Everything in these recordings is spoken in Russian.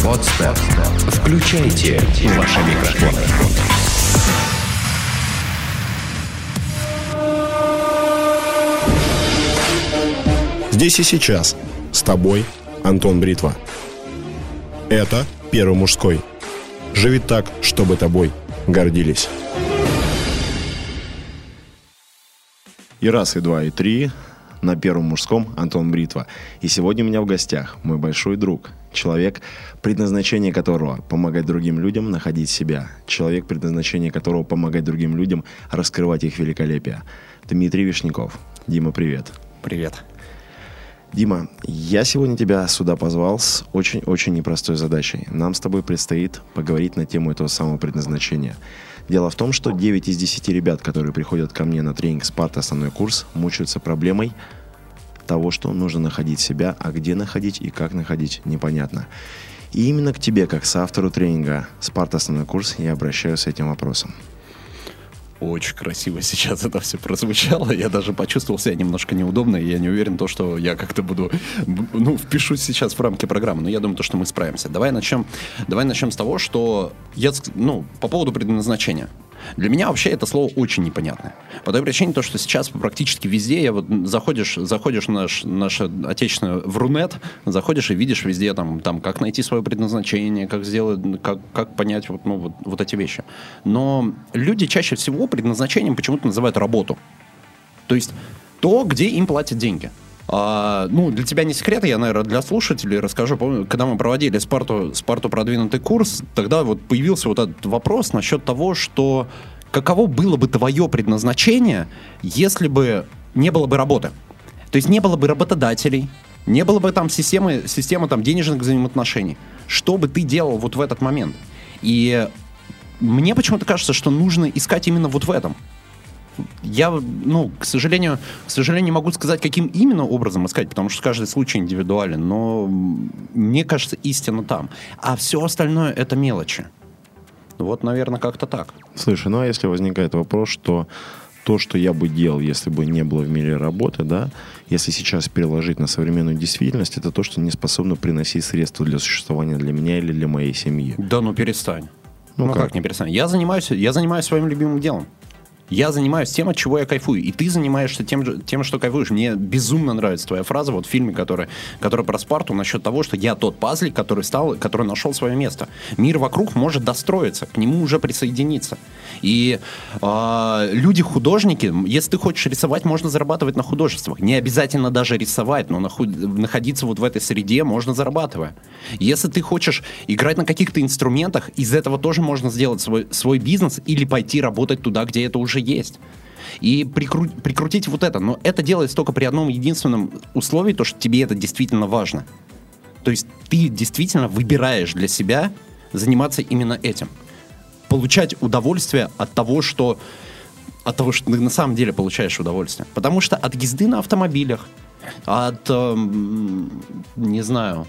Подстер. Включайте ваши микрофоны. Здесь и сейчас. С тобой Антон Бритва. Это Первый мужской. Живи так, чтобы тобой гордились. И раз, и два, и три. На Первом мужском Антон Бритва. И сегодня у меня в гостях мой большой друг. Человек, предназначение которого помогать другим людям находить себя. Человек, предназначение которого помогать другим людям раскрывать их великолепие. Дмитрий Вишняков. Дима, привет. Привет. Дима, я сегодня тебя сюда позвал с очень-очень непростой задачей. Нам с тобой предстоит поговорить на тему этого самого предназначения. Дело в том, что 9 из 10 ребят, которые приходят ко мне на тренинг «Спарта. Основной курс», мучаются проблемой того, что нужно находить себя, а где находить и как находить, непонятно. И именно к тебе, как соавтору тренинга «Спарта. Основной курс», я обращаюсь с этим вопросом. Очень красиво сейчас это все прозвучало. Я даже почувствовал себя немножко неудобно, и я не уверен, что я как-то буду, впишусь сейчас в рамки программы. Но я думаю, что мы справимся. Давай начнем с того, что по поводу предназначения. Для меня вообще это слово очень непонятное. По той причине, что сейчас практически везде заходишь в наше отечественное в Рунет, заходишь и видишь везде там как найти свое предназначение, как сделать, как понять вот эти вещи. Но люди чаще всего предназначением почему-то называют работу. То есть то, где им платят деньги. Для тебя не секрет, я, наверное, для слушателей расскажу. Помню, когда мы проводили Спарту продвинутый курс, тогда появился этот вопрос насчет того, что каково было бы твое предназначение, если бы не было бы работы. То есть не было бы работодателей, не было бы там системы денежных взаимоотношений. Что бы ты делал в этот момент? И мне почему-то кажется, что нужно искать именно в этом. Я, к сожалению, не могу сказать, каким именно образом искать, потому что каждый случай индивидуален, но мне кажется, истина там. А все остальное — это мелочи. Наверное, как-то так. Слушай, а если возникает вопрос, что то, что я бы делал, если бы не было в мире работы, да, если сейчас переложить на современную действительность, это то, что не способно приносить средства для существования для меня или для моей семьи. Да перестань. Как не перестань? Я занимаюсь своим любимым делом. Я занимаюсь тем, от чего я кайфую. И ты занимаешься тем, что кайфуешь. Мне безумно нравится твоя фраза в фильме, который про Спарту, насчет того, что я тот пазлик, который нашел свое место. Мир вокруг может достроиться, к нему уже присоединиться. И люди-художники, если ты хочешь рисовать, можно зарабатывать на художествах. Не обязательно даже рисовать, но находиться в этой среде можно зарабатывая. Если ты хочешь играть на каких-то инструментах, из этого тоже можно сделать свой бизнес или пойти работать туда, где это уже есть. И прикрутить это. Но это делается только при одном единственном условии, то, что тебе это действительно важно. То есть ты действительно выбираешь для себя заниматься именно этим. Получать удовольствие от того, что ты на самом деле получаешь удовольствие. Потому что от езды на автомобилях, от, не знаю,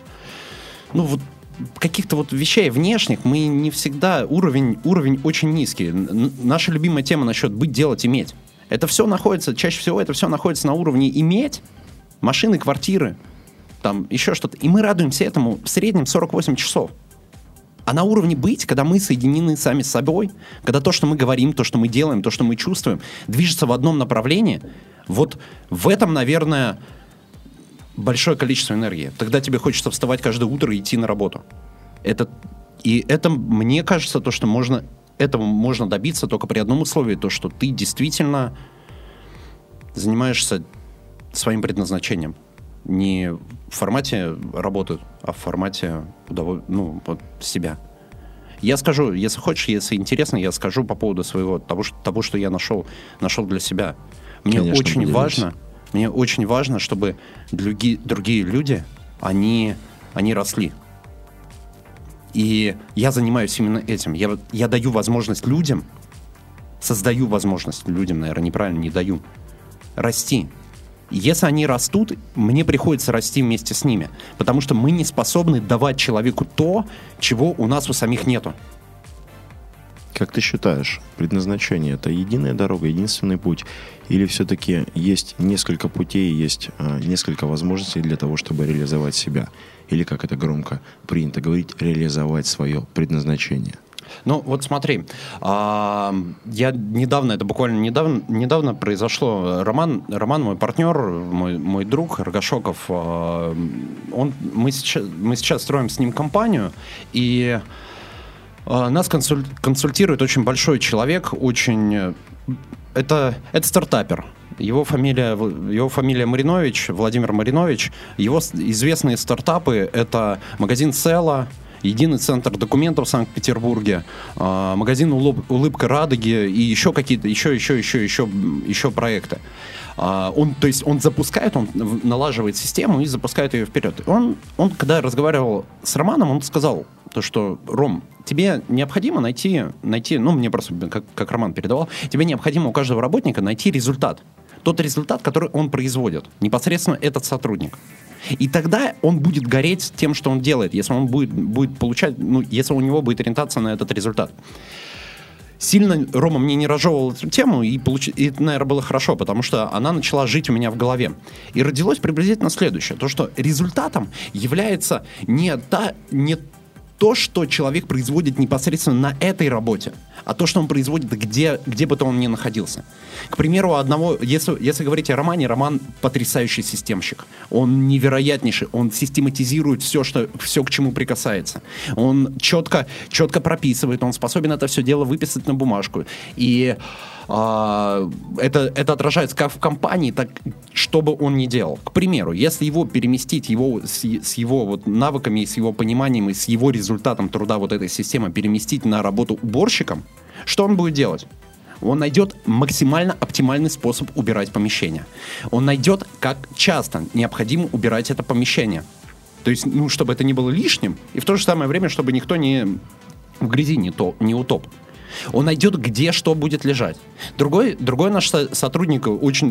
каких-то вещей внешних мы не всегда... Уровень очень низкий. Наша любимая тема насчет быть, делать, иметь. Чаще всего это все находится на уровне иметь, машины, квартиры, там еще что-то. И мы радуемся этому в среднем 48 часов. А на уровне быть, когда мы соединены сами с собой, когда то, что мы говорим, то, что мы делаем, то, что мы чувствуем, движется в одном направлении, в этом, наверное... большое количество энергии. Тогда тебе хочется вставать каждое утро и идти на работу. Это, мне кажется, то, что этого можно добиться только при одном условии, то, что ты действительно занимаешься своим предназначением. Не в формате работы, а в формате себя. Я скажу, если хочешь, если интересно, я скажу по поводу того, что я нашел для себя. Мне очень важно, чтобы другие люди, они росли. И я занимаюсь именно этим. Я даю возможность людям, создаю возможность людям, наверное, неправильно, не даю, расти. И если они растут, мне приходится расти вместе с ними. Потому что мы не способны давать человеку то, чего у нас у самих нету. Как ты считаешь, предназначение – это единая дорога, единственный путь? Или все-таки есть несколько путей, есть несколько возможностей для того, чтобы реализовать себя? Или, как это громко принято говорить, реализовать свое предназначение? Ну, вот смотри, я недавно, это буквально недавно произошло. Роман мой партнер, мой друг Рогашоков, мы сейчас строим с ним компанию, и нас консультирует очень большой человек, это стартапер. Его фамилия Маринович, Владимир Маринович. Его известные стартапы — это магазин Села, Единый центр документов в Санкт-Петербурге, магазин «Улыбка Радуги» и еще какие-то, еще проекты. Он запускает, он налаживает систему и запускает ее вперед. Он когда я разговаривал с Романом, он сказал, что, Ром, тебе необходимо найти, мне просто, как Роман передавал, тебе необходимо у каждого работника найти результат. Тот результат, который он производит. Непосредственно этот сотрудник. И тогда он будет гореть тем, что он делает, если он будет получать, если у него будет ориентация на этот результат. Сильно Рома мне не разжевывал эту тему, и это, наверное, было хорошо, потому что она начала жить у меня в голове. И родилось приблизительно следующее. То, что результатом является не то, что человек производит непосредственно на этой работе, а то, что он производит где бы то он ни находился. К примеру, если говорить о Романе, Роман потрясающий системщик. Он невероятнейший, он систематизирует все, к чему прикасается. Он четко прописывает, он способен это все дело выписать на бумажку. И это отражается как в компании, так что бы он ни делал. К примеру, если его переместить с его вот навыками, с его пониманием и с его результатом труда вот этой системы переместить на работу уборщиком, что он будет делать? Он найдет максимально оптимальный способ убирать помещение. Он найдет, как часто необходимо убирать это помещение. То есть, чтобы это не было лишним, и в то же самое время, чтобы никто в грязи не утоп. Он найдет, где что будет лежать. Другой наш сотрудник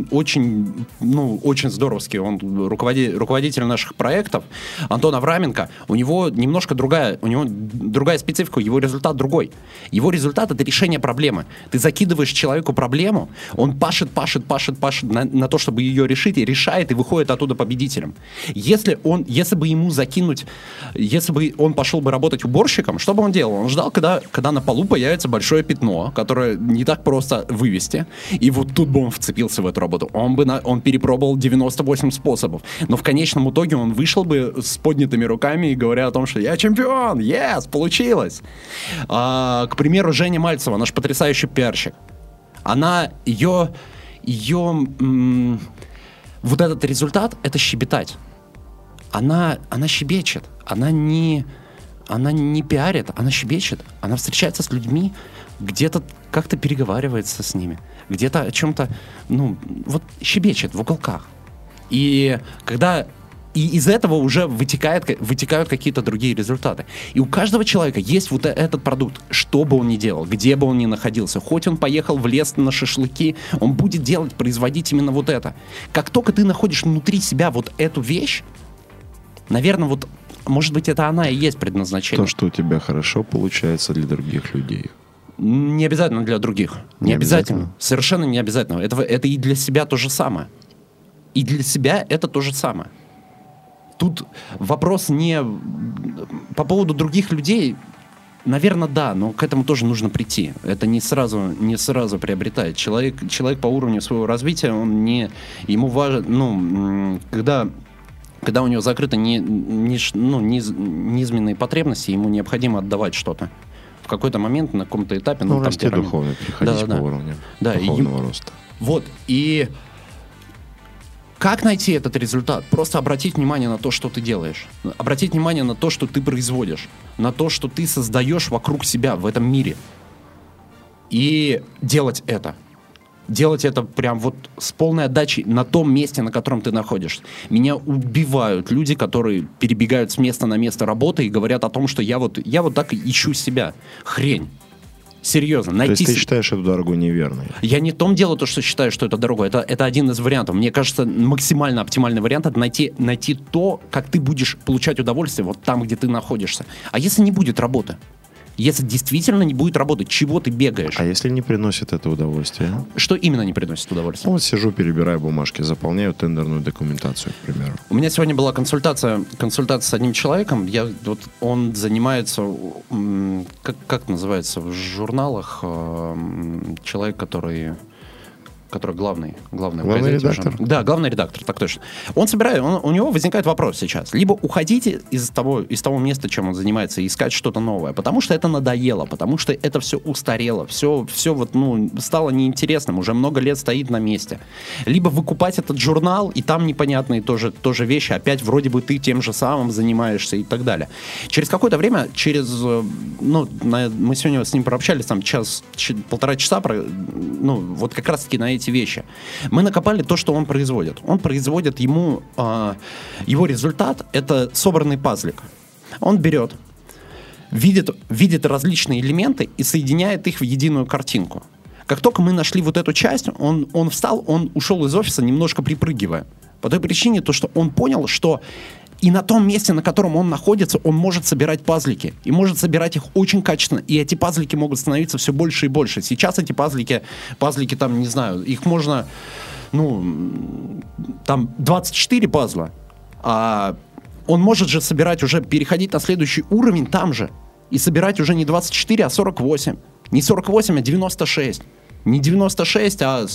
очень здоровский, он руководитель наших проектов, Антон Авраменко. У него немножко другая специфика, его результат другой. Его результат — это решение проблемы. Ты закидываешь человеку проблему, он пашет на то, чтобы ее решить, и решает, и выходит оттуда победителем. Если бы он пошел бы работать уборщиком, что бы он делал? Он ждал, когда на полу появится большое пятно, которое не так просто вывести, и вот тут бы он вцепился в эту работу. Он перепробовал 98 способов, но в конечном итоге он вышел бы с поднятыми руками и говоря о том, что я чемпион, получилось. К примеру, Женя Мальцева, наш потрясающий пиарщик, вот этот результат — это щебетать. Она щебечет, она не пиарит, она щебечет, она встречается с людьми, где-то как-то переговаривается с ними, где-то о чем-то, щебечет в уголках. И из этого уже вытекают какие-то другие результаты. И у каждого человека есть вот этот продукт, что бы он ни делал, где бы он ни находился. Хоть он поехал в лес на шашлыки, он будет производить именно вот это. Как только ты находишь внутри себя вот эту вещь, наверное, может быть, это она и есть предназначение. То, что у тебя хорошо получается для других людей. Не обязательно для других. Не обязательно. Совершенно не обязательно. Это и для себя то же самое. И для себя это то же самое. Тут вопрос не по поводу других людей. Наверное, да, но к этому тоже нужно прийти. Это не сразу приобретает. Человек по уровню своего развития, ему важно, когда у него закрыты низменные потребности, ему необходимо отдавать что-то. В какой-то момент, на каком-то этапе... расти духовно, переходить по уровню духовного роста. Вот, и как найти этот результат? Просто обратить внимание на то, что ты делаешь. Обратить внимание на то, что ты производишь. На то, что ты создаешь вокруг себя, в этом мире. И делать это. Делать это прям вот с полной отдачей на том месте, на котором ты находишься. Меня убивают люди, которые перебегают с места на место работы и говорят о том, что я вот так ищу себя. Хрень. Серьезно. То есть ты считаешь эту дорогу неверной? Я не в том дело, что считаю, что это дорога. Это один из вариантов. Мне кажется, максимально оптимальный вариант — это найти то, как ты будешь получать удовольствие вот там, где ты находишься. А если не будет работы? Если действительно не будет работать, чего ты бегаешь? А если не приносит это удовольствие? Что именно не приносит удовольствия? Вот сижу, перебираю бумажки, заполняю тендерную документацию, к примеру. У меня сегодня была консультация с одним человеком. Он занимается, как называется в журналах, человек, который главный редактор? Да, главный редактор, так точно. Он собирает, у него возникает вопрос сейчас. Либо уходите из того места, чем он занимается, и искать что-то новое, потому что это надоело, потому что это все устарело, все стало неинтересным, уже много лет стоит на месте. Либо выкупать этот журнал, и там непонятные тоже вещи, опять вроде бы ты тем же самым занимаешься и так далее. Через какое-то время, мы сегодня с ним прообщались, там полтора часа, вот как раз-таки на эти вещи. Мы накопали то, что он производит. Он производит его результат — это собранный пазлик. Он берет, видит различные элементы и соединяет их в единую картинку. Как только мы нашли вот эту часть, он встал, он ушел из офиса, немножко припрыгивая. По той причине, что он понял, что и на том месте, на котором он находится, он может собирать пазлики. И может собирать их очень качественно. И эти пазлики могут становиться все больше и больше. Сейчас эти пазлики там, не знаю, их можно, там 24 пазла. А он может же собирать уже, переходить на следующий уровень там же. И собирать уже не 24, а 48. Не 48, а 96. Не 96, а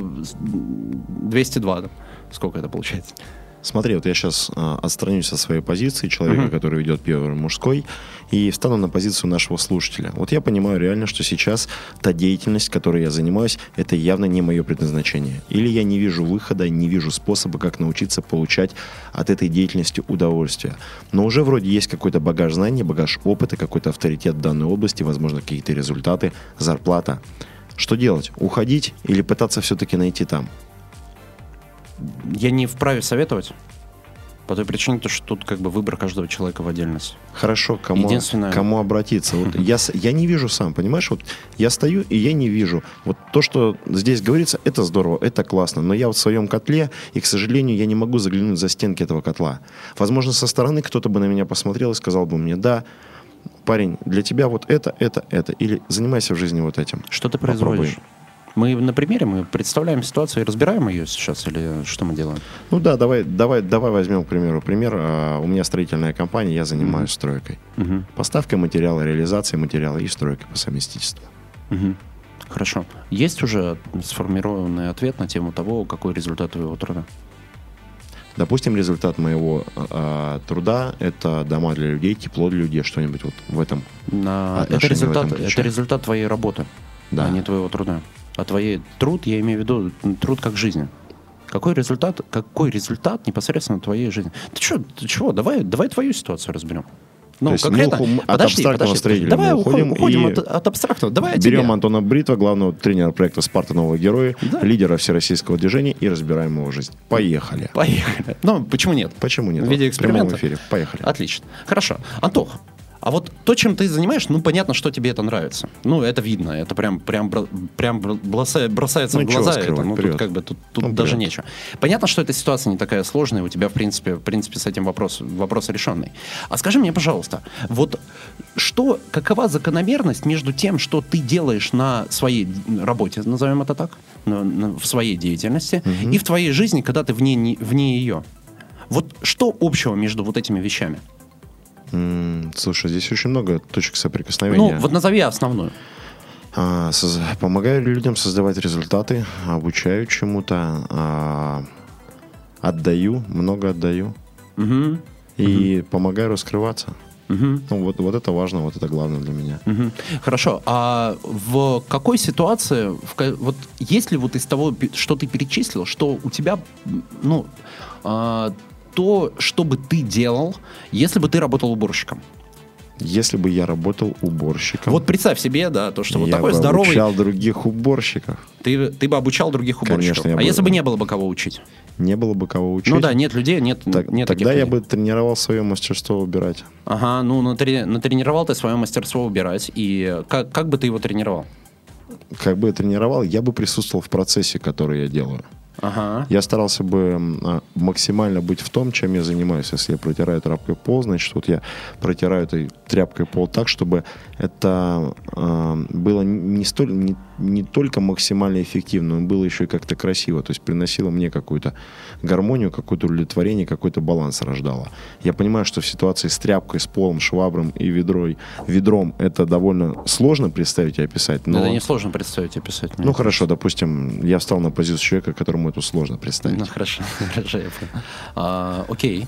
202. Да? Сколько это получается? Смотри, вот я сейчас отстранюсь от своей позиции человека, который ведет Первый мужской, и встану на позицию нашего слушателя. Вот я понимаю реально, что сейчас та деятельность, которой я занимаюсь, это явно не мое предназначение. Или я не вижу выхода, не вижу способа, как научиться получать от этой деятельности удовольствие. Но уже вроде есть какой-то багаж знаний, багаж опыта, какой-то авторитет в данной области, возможно, какие-то результаты, зарплата. Что делать? Уходить или пытаться все-таки найти там? Я не вправе советовать. По той причине, что тут как бы выбор каждого человека в отдельности. Хорошо, кому обратиться? Вот я не вижу сам, понимаешь? Вот я стою, и я не вижу. Вот то, что здесь говорится, это здорово, это классно. Но я вот в своем котле, и, к сожалению, я не могу заглянуть за стенки этого котла. Возможно, со стороны кто-то бы на меня посмотрел и сказал бы мне: да, парень, для тебя вот это. Или занимайся в жизни вот этим. Что ты производишь? Мы на примере, мы представляем ситуацию и разбираем ее сейчас, или что мы делаем? Ну да, давай возьмем, к примеру, пример. У меня строительная компания, я занимаюсь стройкой. Поставкой материала, реализацией материала и стройкой по совместительству. Хорошо. Есть уже сформированный ответ на тему того, какой результат твоего труда? Допустим, результат моего труда — это дома для людей, тепло для людей, что-нибудь вот в этом отношении. Это результат твоей работы, да. А не твоего труда. А твой труд, я имею в виду труд как жизни. Какой результат непосредственно твоей жизни? Ты чего? Давай твою ситуацию разберем. От абстрактного строителя давай уходим и от абстрактного. Давай берем Антона Бритва, главного тренера проекта «Спарта. Новые герои», лидера всероссийского движения, и разбираем его жизнь. Поехали. Ну, почему нет? Почему нет? В виде эксперимента. В прямом эфире. Поехали. Отлично. Хорошо. Антох, а вот то, чем ты занимаешь, понятно, что тебе это нравится. Это видно, это прям бросается в глаза. Тут даже нечего. Понятно, что эта ситуация не такая сложная, у тебя, в принципе, с этим вопрос решенный. А скажи мне, пожалуйста, вот какова закономерность между тем, что ты делаешь на своей работе, назовем это так, в своей деятельности, и в твоей жизни, когда ты вне ее? Вот что общего между вот этими вещами? Слушай, здесь очень много точек соприкосновения. Вот назови основную. Помогаю людям создавать результаты, обучаю чему-то, много отдаю. И помогаю раскрываться. Вот это важно, вот это главное для меня. Хорошо. А в какой ситуации, вот есть ли вот из того, что ты перечислил, что у тебя, то, что бы ты делал, если бы ты работал уборщиком? Если бы я работал уборщиком. Вот представь себе, да, то, что вот такой здоровый... Я бы обучал других уборщиков. Ты бы обучал других уборщиков. Конечно, если бы не было бы кого учить? Не было бы кого учить. Ну да, нет людей, нет таких тогда я людей. бы тренировал свое мастерство убирать. Ага, натренировал ты свое мастерство убирать. И как бы ты его тренировал? Как бы я тренировал, я бы присутствовал в процессе, который я делаю. Ага. Я старался бы максимально быть в том, чем я занимаюсь. Если я протираю тряпкой пол, значит, вот я протираю этой тряпкой пол так, чтобы это было не только максимально эффективно, но было еще и как-то красиво. То есть приносило мне какую-то гармонию, какое-то удовлетворение, какой-то баланс рождало. Я понимаю, что в ситуации с тряпкой, с полом, швабром и ведром это довольно сложно представить и описать. Но... Это не сложно представить и описать. Ну хорошо, допустим, я встал на позицию человека, которому это сложно представить. Ну хорошо, я понял. Окей.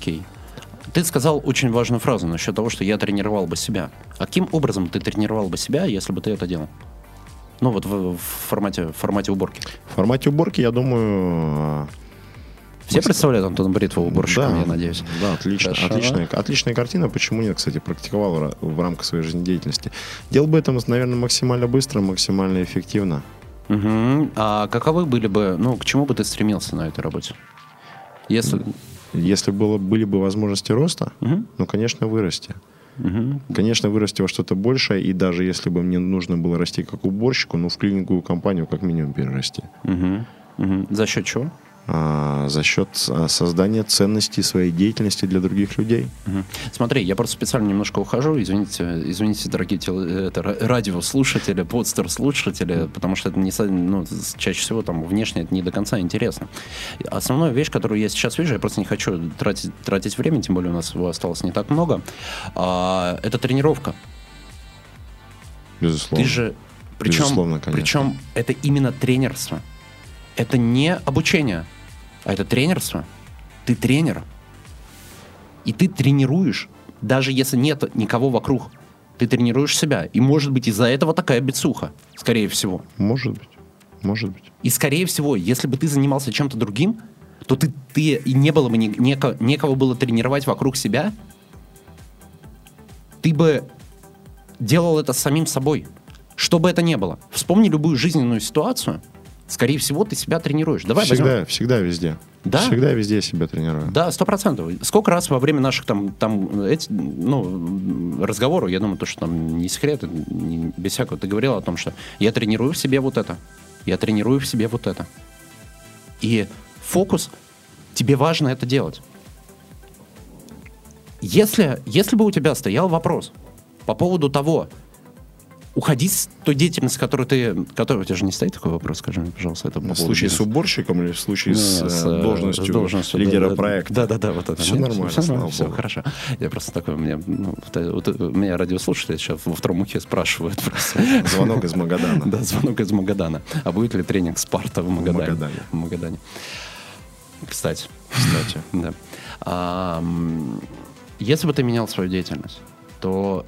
Ты сказал очень важную фразу насчет того, что я тренировал бы себя. А каким образом ты тренировал бы себя, если бы ты это делал? Ну вот в формате уборки. В формате уборки, я думаю... Все представляют Антона Бритву уборщиком, да, я надеюсь? Да, отлично. Отличная картина. Почему нет, кстати, практиковал в рамках своей жизнедеятельности. Делал бы это, наверное, максимально быстро, максимально эффективно. Угу. А каковы были бы, к чему бы ты стремился на этой работе? Если были бы возможности роста, конечно, вырасти. Конечно, вырасти во что-то большее, и даже если бы мне нужно было расти как уборщику, в клининговую компанию как минимум перерасти. За счет чего? За счет создания ценностей своей деятельности для других людей. Смотри, я просто специально немножко ухожу. Извините, дорогие радиослушатели, подстер-слушатели, потому что это чаще всего там внешне это не до конца интересно. Основная вещь, которую я сейчас вижу, я просто не хочу тратить время, тем более у нас его осталось не так много, это тренировка. Безусловно. Ты же, Безусловно, причем это именно тренерство. Это не обучение, а это тренерство. Ты тренер. И ты тренируешь, даже если нет никого вокруг. Ты тренируешь себя. И, может быть, из-за этого такая бицуха, скорее всего. Может быть. И, скорее всего, если бы ты занимался чем-то другим, то ты и не было бы некого было тренировать вокруг себя, ты бы делал это с самим собой. Что бы это ни было. Вспомни любую жизненную ситуацию, скорее всего, ты себя тренируешь. Давай всегда везде. Да? Всегда везде я себя тренирую. Да, 100%. Сколько раз во время наших разговоров, я думаю, то, что там не секрет, без всякого, ты говорил о том, что я тренирую в себе вот это, я тренирую в себе вот это. И фокус, тебе важно это делать. Если бы у тебя стоял вопрос по поводу того, уходить с той деятельности, которую у тебя же не стоит такой вопрос, скажи мне, пожалуйста, это в случае с уборщиком или в случае с должностью лидера проекта? Да, вот это. Все нормально, все хорошо. Я просто такой, меня радиослушатели сейчас во втором ухе спрашивают просто. Звонок из Магадана. Да, звонок из Магадана. А будет ли тренинг Спарта в Магадане? В Магадане. Кстати. Да. Если бы ты менял свою деятельность, то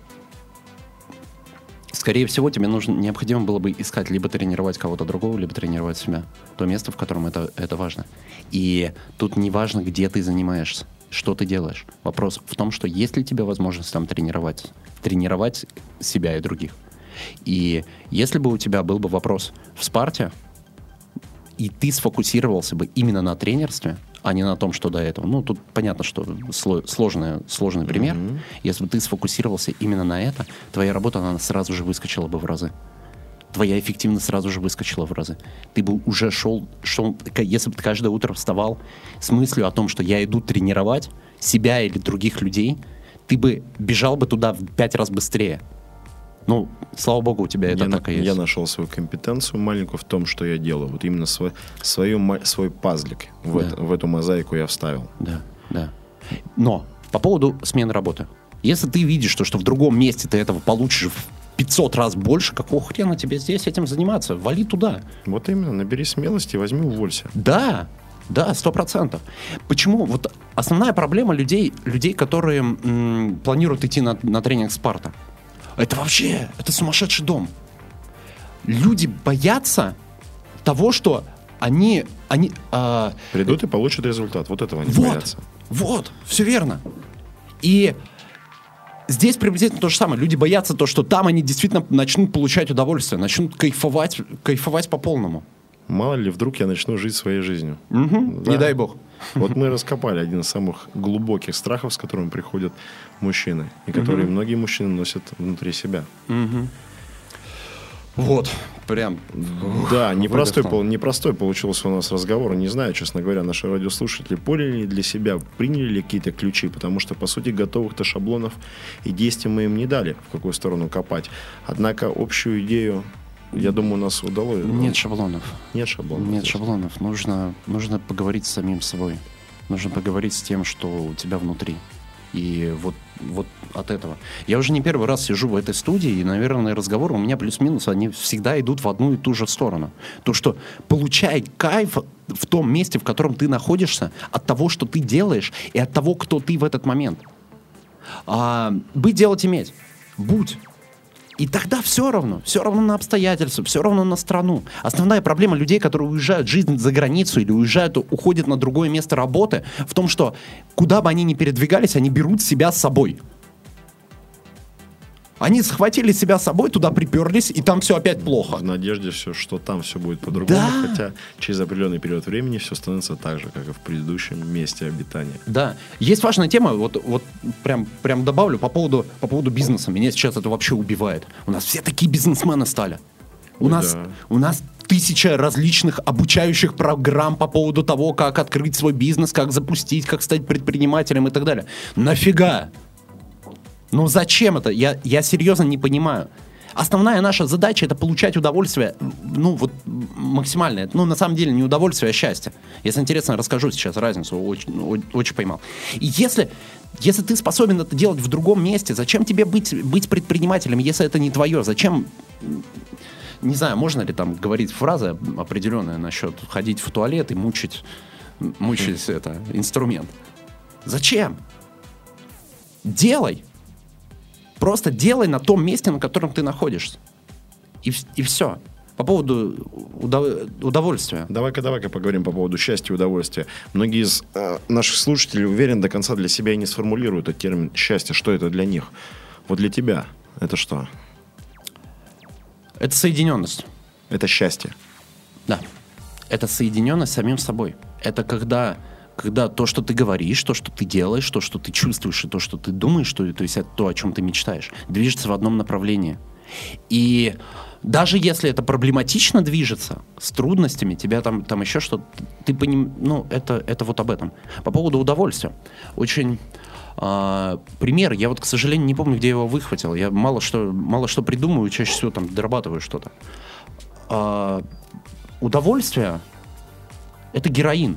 скорее всего, тебе необходимо было бы искать либо тренировать кого-то другого, либо тренировать себя. То место, в котором это важно. И тут не важно, где ты занимаешься, что ты делаешь. Вопрос в том, что есть ли тебе возможность там тренировать себя и других. И если бы у тебя был бы вопрос в Спарте, и ты сфокусировался бы именно на тренерстве, а не на том, что до этого. Тут понятно, что сложный пример. Если бы ты сфокусировался именно на это, твоя работа, она сразу же выскочила бы в разы. Твоя эффективность сразу же выскочила в разы. Ты бы уже шел, если бы ты каждое утро вставал с мыслью о том, что я иду тренировать себя или других людей, ты бы бежал бы туда в 5 раз быстрее. Слава богу, у тебя это так и есть. Я нашел свою компетенцию маленькую в том, что я делаю. Вот именно свой пазлик в эту мозаику я вставил. Да. Но по поводу смены работы. Если ты видишь, что в другом месте ты этого получишь в 500 раз больше, какого хрена тебе здесь этим заниматься? Вали туда. Вот именно, набери смелости, возьми, уволься. Да, 100%. Почему? Вот основная проблема людей, которые планируют идти на тренинг Спарта. Это сумасшедший дом. Люди боятся того, что они придут и получат результат. Вот этого они боятся. Вот, все верно. И здесь приблизительно то же самое. Люди боятся то, что там они действительно начнут получать удовольствие, начнут кайфовать по полному. Мало ли, вдруг я начну жить своей жизнью. Да. Не дай бог. Вот мы раскопали один из самых глубоких страхов, с которыми приходят мужчины, и которые многие мужчины носят внутри себя. Вот, прям. Да, выдохнул. непростой получился у нас разговор. Не знаю, честно говоря, наши радиослушатели поняли ли для себя, приняли ли какие-то ключи, потому что, по сути, готовых-то шаблонов и действий мы им не дали, в какую сторону копать. Однако общую идею, я думаю, у нас удалось. Нет шаблонов. Нет шаблонов. Нет шаблонов. Нужно поговорить с самим собой. Нужно поговорить с тем, что у тебя внутри. И вот от этого. Я уже не первый раз сижу в этой студии, и, наверное, разговоры у меня плюс-минус, они всегда идут в одну и ту же сторону. То, что получай кайф в том месте, в котором ты находишься, от того, что ты делаешь, и от того, кто ты в этот момент. Быть, делать, иметь. Будь. И тогда все равно на обстоятельства, все равно на страну. Основная проблема людей, которые уезжают в жизнь за границу или уходят на другое место работы, в том, что куда бы они ни передвигались, они берут себя с собой. Они схватили себя с собой, туда приперлись, и там все опять плохо. В надежде, что там все будет по-другому, Да. хотя через определенный период времени все становится так же, как и в предыдущем месте обитания. Да. Есть важная тема, вот прям добавлю по поводу бизнеса. Меня сейчас это вообще убивает. У нас все такие бизнесмены стали. У нас 1000 различных обучающих программ по поводу того, как открыть свой бизнес, как запустить, как стать предпринимателем и так далее. Нафига? Ну зачем это? Я серьезно не понимаю. Основная наша задача — это получать удовольствие, максимальное. На самом деле не удовольствие, а счастье. Если интересно, расскажу сейчас разницу, очень поймал. И если ты способен это делать в другом месте, зачем тебе быть предпринимателем, если это не твое? Зачем... Не знаю, можно ли там говорить фразы определенные насчет ходить в туалет и мучить инструмент. Зачем? Делай. Просто делай на том месте, на котором ты находишься. И все. По поводу удовольствия. Давай-ка поговорим по поводу счастья и удовольствия. Многие из наших слушателей, уверен, до конца для себя и не сформулируют этот термин счастье. Что это для них? Вот для тебя это что? Это соединенность. Это счастье. Да. Это соединенность с самим собой. Это когда то, что ты говоришь, то, что ты делаешь, то, что ты чувствуешь, и то, что ты думаешь, то есть это то, о чем ты мечтаешь, движется в одном направлении. И даже если это проблематично движется, с трудностями, тебя там еще что-то, ты это вот об этом. По поводу удовольствия. Очень пример, я к сожалению, не помню, где я его выхватил. Я мало что придумываю, чаще всего там дорабатываю что-то. Удовольствие — это героин.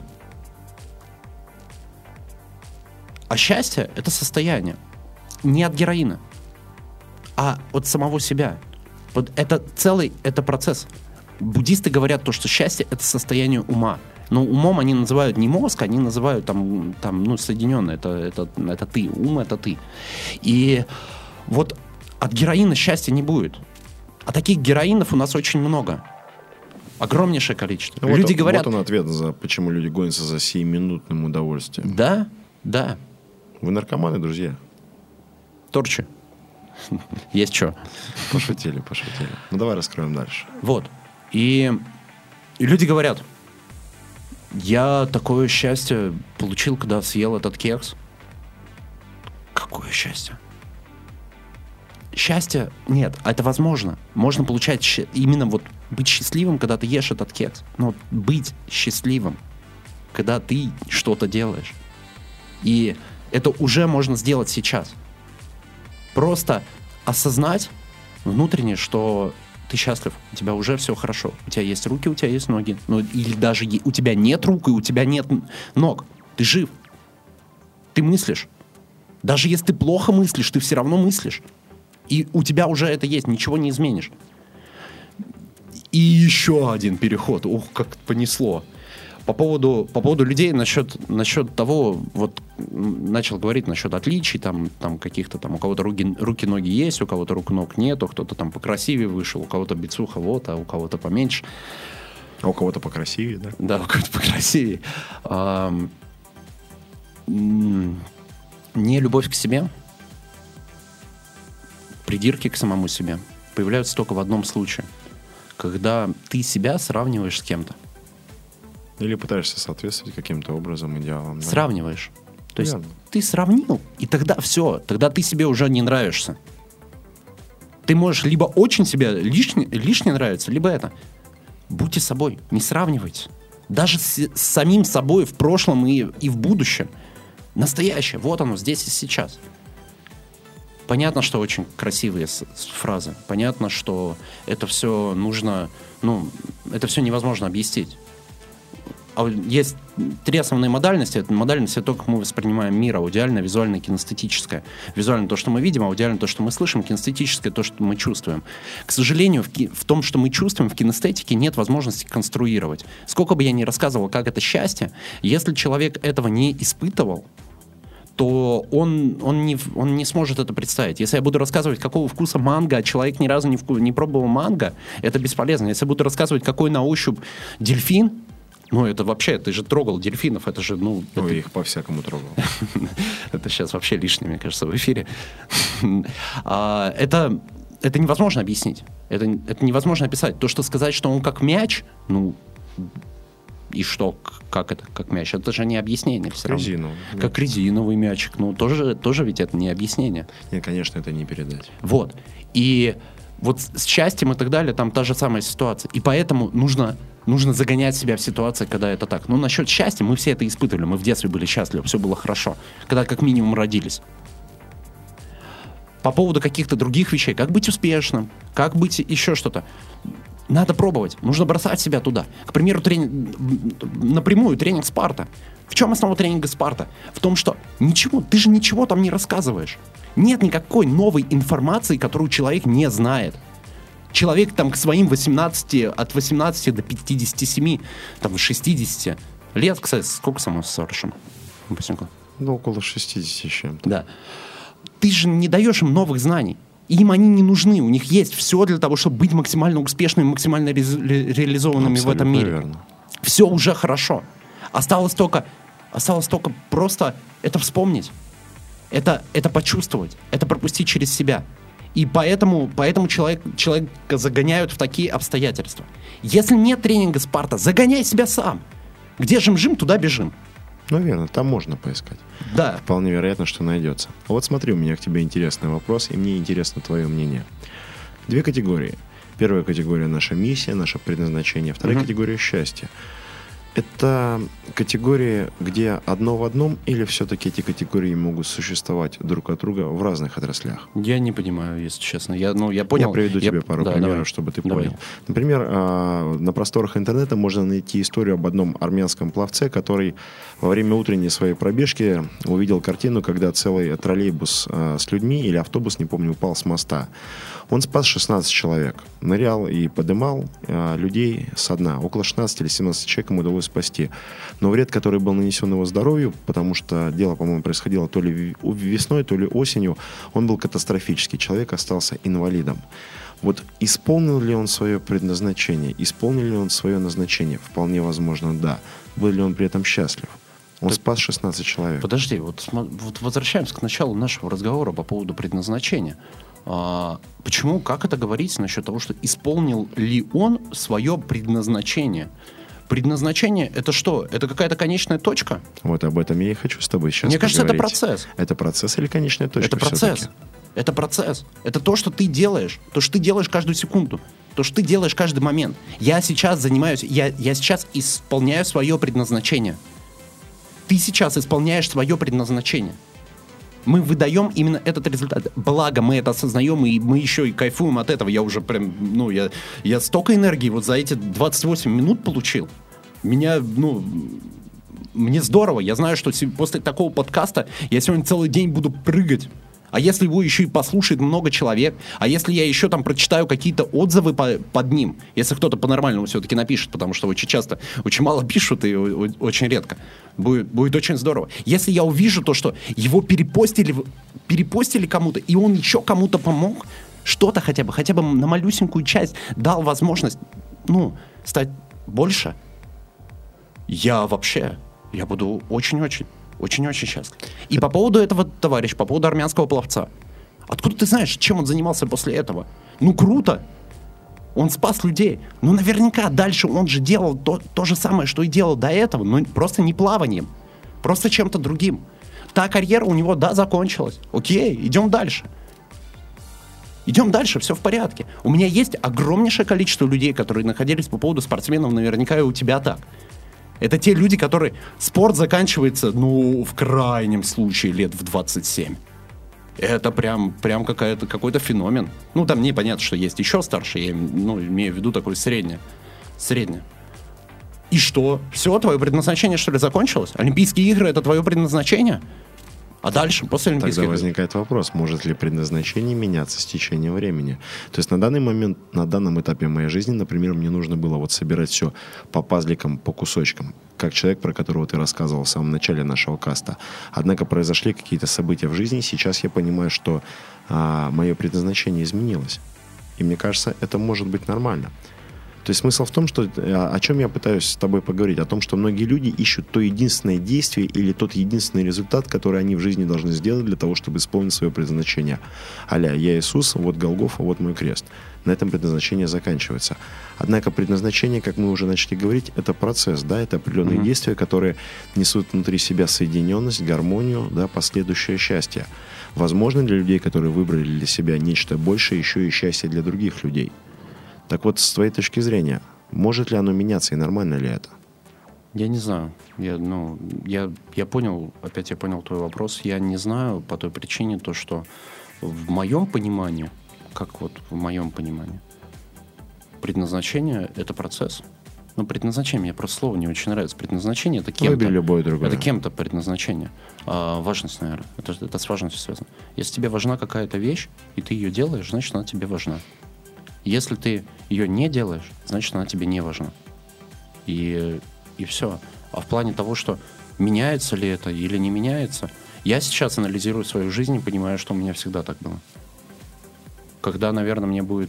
А счастье — это состояние. Не от героина, а от самого себя. Вот это процесс. Буддисты говорят то, что счастье — это состояние ума. Но умом они называют не мозг, они называют соединенное. Это ты. Ум — это ты. И вот от героина счастья не будет. А таких героинов у нас очень много. Огромнейшее количество. Люди говорят... Вот он ответ, почему люди гонятся за сиюминутным удовольствием. Да. Вы наркоманы, друзья? Торчи. Есть что. Пошутили. Давай раскроем дальше. Вот. И люди говорят: я такое счастье получил, когда съел этот кекс. Какое счастье? Счастье нет, это возможно. Можно получать именно быть счастливым, когда ты ешь этот кекс. Но быть счастливым, когда ты что-то делаешь. И это уже можно сделать сейчас. Просто осознать внутренне, что ты счастлив, у тебя уже все хорошо. У тебя есть руки, у тебя есть ноги. Или даже у тебя нет рук и у тебя нет ног. Ты жив. Ты мыслишь. Даже если ты плохо мыслишь, ты все равно мыслишь. И у тебя уже это есть, ничего не изменишь. И еще один переход. Ух, как понесло. По поводу людей насчет того, начал говорить насчет отличий, там каких-то там, у кого-то руки, ноги есть, у кого-то рук, ног нету, кто-то там покрасивее вышел, у кого-то бицуха а у кого-то поменьше. А у кого-то покрасивее, да? Да, у кого-то покрасивее. Нелюбовь к себе, придирки к самому себе появляются только в одном случае, когда ты себя сравниваешь с кем-то. Или пытаешься соответствовать каким-то образом, идеалам. Да? Сравниваешь. То есть ты сравнил, и тогда все, тогда ты себе уже не нравишься. Ты можешь либо очень себе лишне нравится, либо это. Будьте собой, не сравнивайте. Даже с самим собой в прошлом и в будущем. Настоящее, вот оно, здесь и сейчас. Понятно, что очень красивые фразы. Понятно, что это все нужно, это все невозможно объяснить. А есть 3 основные модальности. Это модальность — это то, как мы воспринимаем мир: аудиальное, визуальное, кинестетическое. Визуально то, что мы видим, аудиально то, что мы слышим, кинестетическое то, что мы чувствуем. К сожалению, в том, что мы чувствуем, в кинестетике нет возможности конструировать. Сколько бы я ни рассказывал, как это счастье, если человек этого не испытывал, то он не сможет это представить. Если я буду рассказывать, какого вкуса манго, а человек ни разу не пробовал манго, это бесполезно. Если я буду рассказывать, какой на ощупь дельфин, это вообще, ты же трогал дельфинов, это же, это... их по-всякому трогал. Это сейчас вообще лишнее, мне кажется, в эфире. Это невозможно объяснить. Это невозможно описать. То, что сказать, что он как мяч, и что, как это, как мяч, это же не объяснение. Как резиновый мячик. Тоже ведь это не объяснение. Нет, конечно, это не передать. Вот. И вот с счастьем и так далее, там та же самая ситуация. И поэтому нужно загонять себя в ситуации, когда это так. Насчет счастья мы все это испытывали. Мы в детстве были счастливы, все было хорошо. Когда как минимум родились. По поводу каких-то других вещей, как быть успешным, как быть еще что-то. Надо пробовать. Нужно бросать себя туда. К примеру, напрямую тренинг Спарта. В чем основа тренинга Спарта? В том, что ты же ничего там не рассказываешь. Нет никакой новой информации, которую человек не знает. Человек там к своим от 18 до 57, 60 лет, кстати, сколько самому Соршем? Около 60 с чем-то. Да. Ты же не даешь им новых знаний. Им они не нужны. У них есть все для того, чтобы быть максимально успешными, максимально реализованными в этом мире. Верно. Все уже хорошо. Осталось только просто это вспомнить. Это почувствовать. Это пропустить через себя. И поэтому человека загоняют в такие обстоятельства. Если нет тренинга Спарта, загоняй себя сам. Где жим-жим, туда бежим. Верно, там можно поискать. Да. Вполне вероятно, что найдется. Вот смотри, у меня к тебе интересный вопрос, и мне интересно твое мнение. 2 категории. Первая категория — наша миссия, наше предназначение. Вторая категория — счастье. Это категории, где одно в одном, или все-таки эти категории могут существовать друг от друга в разных отраслях? Я не понимаю, если честно. Я понял. Я приведу тебе пару примеров, чтобы ты понял. Например, на просторах интернета можно найти историю об одном армянском пловце, который во время утренней своей пробежки увидел картину, когда целый троллейбус с людьми или автобус, не помню, упал с моста. Он спас 16 человек. Нырял и подымал людей со дна. Около 16 или 17 человек ему удалось спасти. Но вред, который был нанесен его здоровью, потому что дело, по-моему, происходило то ли весной, то ли осенью, он был катастрофический. Человек остался инвалидом. Вот исполнил ли он свое предназначение? Исполнил ли он свое назначение? Вполне возможно, да. Был ли он при этом счастлив? Он спас 16 человек. Подожди, вот возвращаемся к началу нашего разговора по поводу предназначения. Почему, как это говорится насчет того, что исполнил ли он свое предназначение? Предназначение — это что? Это какая-то конечная точка? Вот об этом я и хочу с тобой сейчас Мне кажется, поговорить. это процесс. Это процесс или конечная точка? Это процесс. Все-таки? Это процесс. Это то, что ты делаешь. То, что ты делаешь каждую секунду. То, что ты делаешь каждый момент. Я сейчас сейчас исполняю свое предназначение. Ты сейчас исполняешь свое предназначение. Мы выдаем именно этот результат. Благо, мы это осознаем, и мы еще и кайфуем от этого. Я уже прям, я столько энергии вот за эти 28 минут получил. Мне здорово. Я знаю, что после такого подкаста я сегодня целый день буду прыгать. А если его еще и послушает много человек, а если я еще там прочитаю какие-то отзывы под ним, если кто-то по-нормальному все-таки напишет, потому что очень часто, очень мало пишут и очень редко, будет очень здорово. Если я увижу то, что его перепостили кому-то, и он еще кому-то помог, что-то хотя бы на малюсенькую часть дал возможность, стать больше, я буду очень-очень счастлив. И по поводу этого товарища, по поводу армянского пловца. Откуда ты знаешь, чем он занимался после этого? Круто! Он спас людей. Наверняка дальше он же делал то же самое, что и делал до этого, но просто не плаванием. Просто чем-то другим. Та карьера у него, закончилась. Окей, идем дальше. Идем дальше, все в порядке. У меня есть огромнейшее количество людей, которые находились по поводу спортсменов, наверняка и у тебя так. Это те люди, которые... Спорт заканчивается, в крайнем случае, лет в 27. Это прям какой-то феномен. Там непонятно, что есть еще старше, я имею в виду такое среднее. И что? Все, твое предназначение, что ли, закончилось? Олимпийские игры — это твое предназначение? А дальше, после Олимпийских игр? Тогда возникает вопрос, может ли предназначение меняться с течением времени? То есть на данный момент, на данном этапе моей жизни, например, мне нужно было собирать все по пазликам, по кусочкам, как человек, про которого ты рассказывал в самом начале нашего каста. Однако произошли какие-то события в жизни, и сейчас я понимаю, что мое предназначение изменилось. И мне кажется, это может быть нормально. То есть смысл в том, что о чем я пытаюсь с тобой поговорить, о том, что многие люди ищут то единственное действие или тот единственный результат, который они в жизни должны сделать для того, чтобы исполнить свое предназначение. А-ля, я Иисус, вот Голгофа, вот мой крест. На этом предназначение заканчивается. Однако предназначение, как мы уже начали говорить, это процесс, да, это определенные действия, которые несут внутри себя соединенность, гармонию, да, последующее счастье. Возможно, для людей, которые выбрали для себя нечто большее, еще и счастье для других людей. Так вот, с твоей точки зрения, может ли оно меняться и нормально ли это? Я не знаю. Я понял твой вопрос. Я не знаю по той причине, что в моем понимании, предназначение — это процесс. Предназначение, мне просто слово не очень нравится. Предназначение — это кем-то. Выбери любое другое. Это кем-то предназначение. Важность, наверное. Это с важностью связано. Если тебе важна какая-то вещь, и ты ее делаешь, значит, она тебе важна. Если ты ее не делаешь, значит, она тебе не важна. И все. А в плане того, что меняется ли это или не меняется, я сейчас анализирую свою жизнь и понимаю, что у меня всегда так было. Когда, наверное, мне будет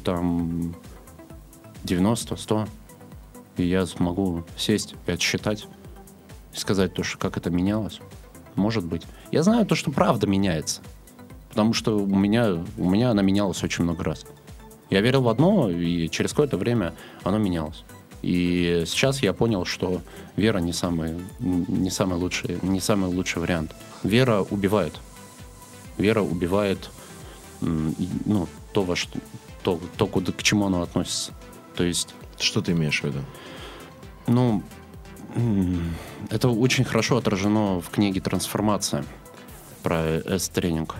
90, 100, и я смогу сесть и отсчитать, и сказать то, что как это менялось. Может быть. Я знаю то, что правда меняется. Потому что у меня она менялась очень много раз. Я верил в одно, и через какое-то время оно менялось. И сейчас я понял, что вера не самый лучший вариант. Вера убивает. Вера убивает к чему оно относится. То есть... Что ты имеешь в виду? Это очень хорошо отражено в книге «Трансформация» про S-тренинг.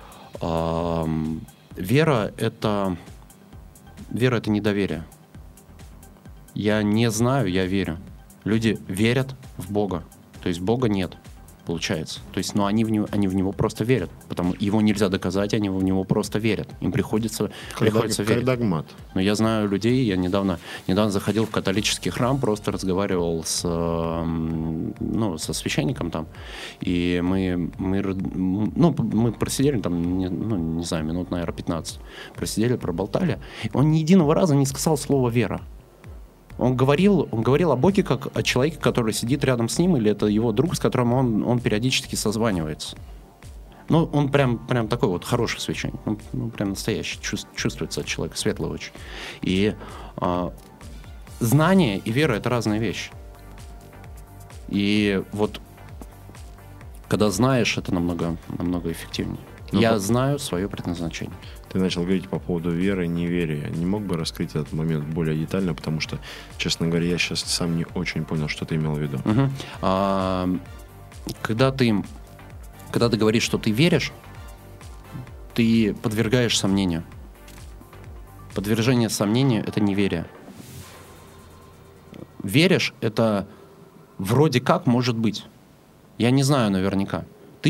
Вера — это недоверие. Я не знаю, я верю. Люди верят в Бога. То есть Бога нет, получается. То есть, они в него просто верят. Потому его нельзя доказать, они в него просто верят. Им приходится верить. Как догмат. Но я знаю людей, я недавно заходил в католический храм, просто разговаривал со священником там, и мы просидели там, не знаю, минут, наверное, 15. Просидели, проболтали. Он ни единого раза не сказал слово «вера». Он говорил о Боге как о человеке, который сидит рядом с ним, или это его друг, с которым он периодически созванивается. Он прям такой вот хороший священник. Прям настоящий. Чувствуется от человека, светлый очень. И знание и вера — это разные вещи. И вот когда знаешь, это намного эффективнее. Я знаю свое предназначение. Ты начал говорить по поводу веры и неверия. Не мог бы раскрыть этот момент более детально, потому что, честно говоря, я сейчас сам не очень понял, что ты имел в виду. Когда ты говоришь, что ты веришь, ты подвергаешь сомнению. Подвержение сомнению — это неверие. Веришь — это вроде как может быть. Я не знаю наверняка. Ты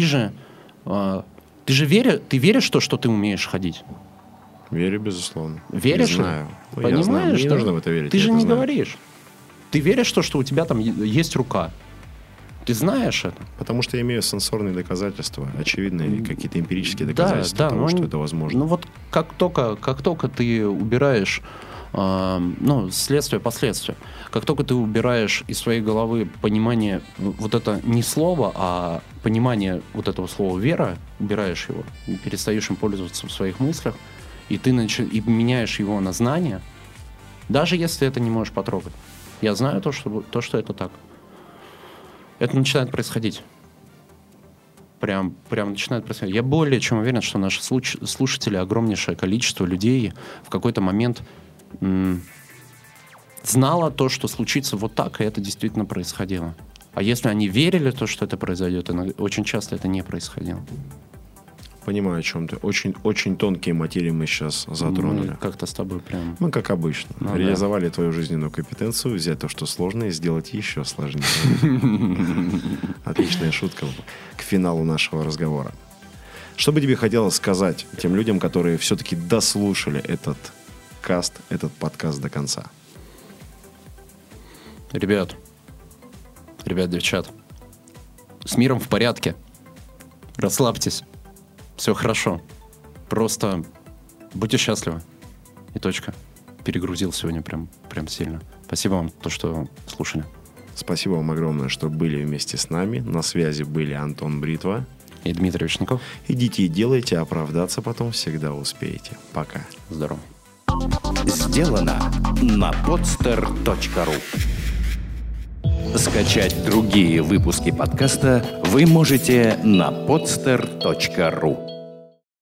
веришь в то, что ты умеешь ходить? Верю, безусловно. Веришь? Не знаю. Понимаешь, я знаю. Мне что не нужно в это верить. Ты же не знаю. говоришь. Ты веришь в то, что у тебя там есть рука. Ты знаешь это. Потому что я имею сенсорные доказательства, очевидные какие-то эмпирические доказательства того, что это возможно. Вот как только ты убираешь следствие, последствия, как только ты убираешь из своей головы понимание вот это не слово, а понимание вот этого слова «вера», убираешь его, перестаешь им пользоваться в своих мыслях, и ты меняешь его на знание, даже если ты это не можешь потрогать. Я знаю то, что это так. Это начинает происходить. прям начинает происходить. Я более чем уверен, что наши слушатели, огромнейшее количество людей в какой-то момент знало то, что случится вот так, и это действительно происходило. А если они верили в то, что это произойдет, очень часто это не происходило. Понимаю, о чем ты. Очень, очень тонкие материи мы сейчас затронули. Мы как-то с тобой прям... Мы, как обычно, реализовали твою жизненную компетенцию, взять то, что сложно, и сделать еще сложнее. Отличная шутка к финалу нашего разговора. Что бы тебе хотелось сказать тем людям, которые все-таки дослушали этот подкаст до конца? Ребят, девчат, с миром в порядке. Расслабьтесь. Все хорошо. Просто будьте счастливы. И точка. Перегрузил сегодня прям сильно. Спасибо вам, то, что слушали. Спасибо вам огромное, что были вместе с нами. На связи были Антон Бритва и Дмитрий Вишняков. Идите и делайте, оправдаться потом всегда успеете. Пока. Здорово. Сделано на podster.ru. Скачать другие выпуски подкаста вы можете на podster.ru.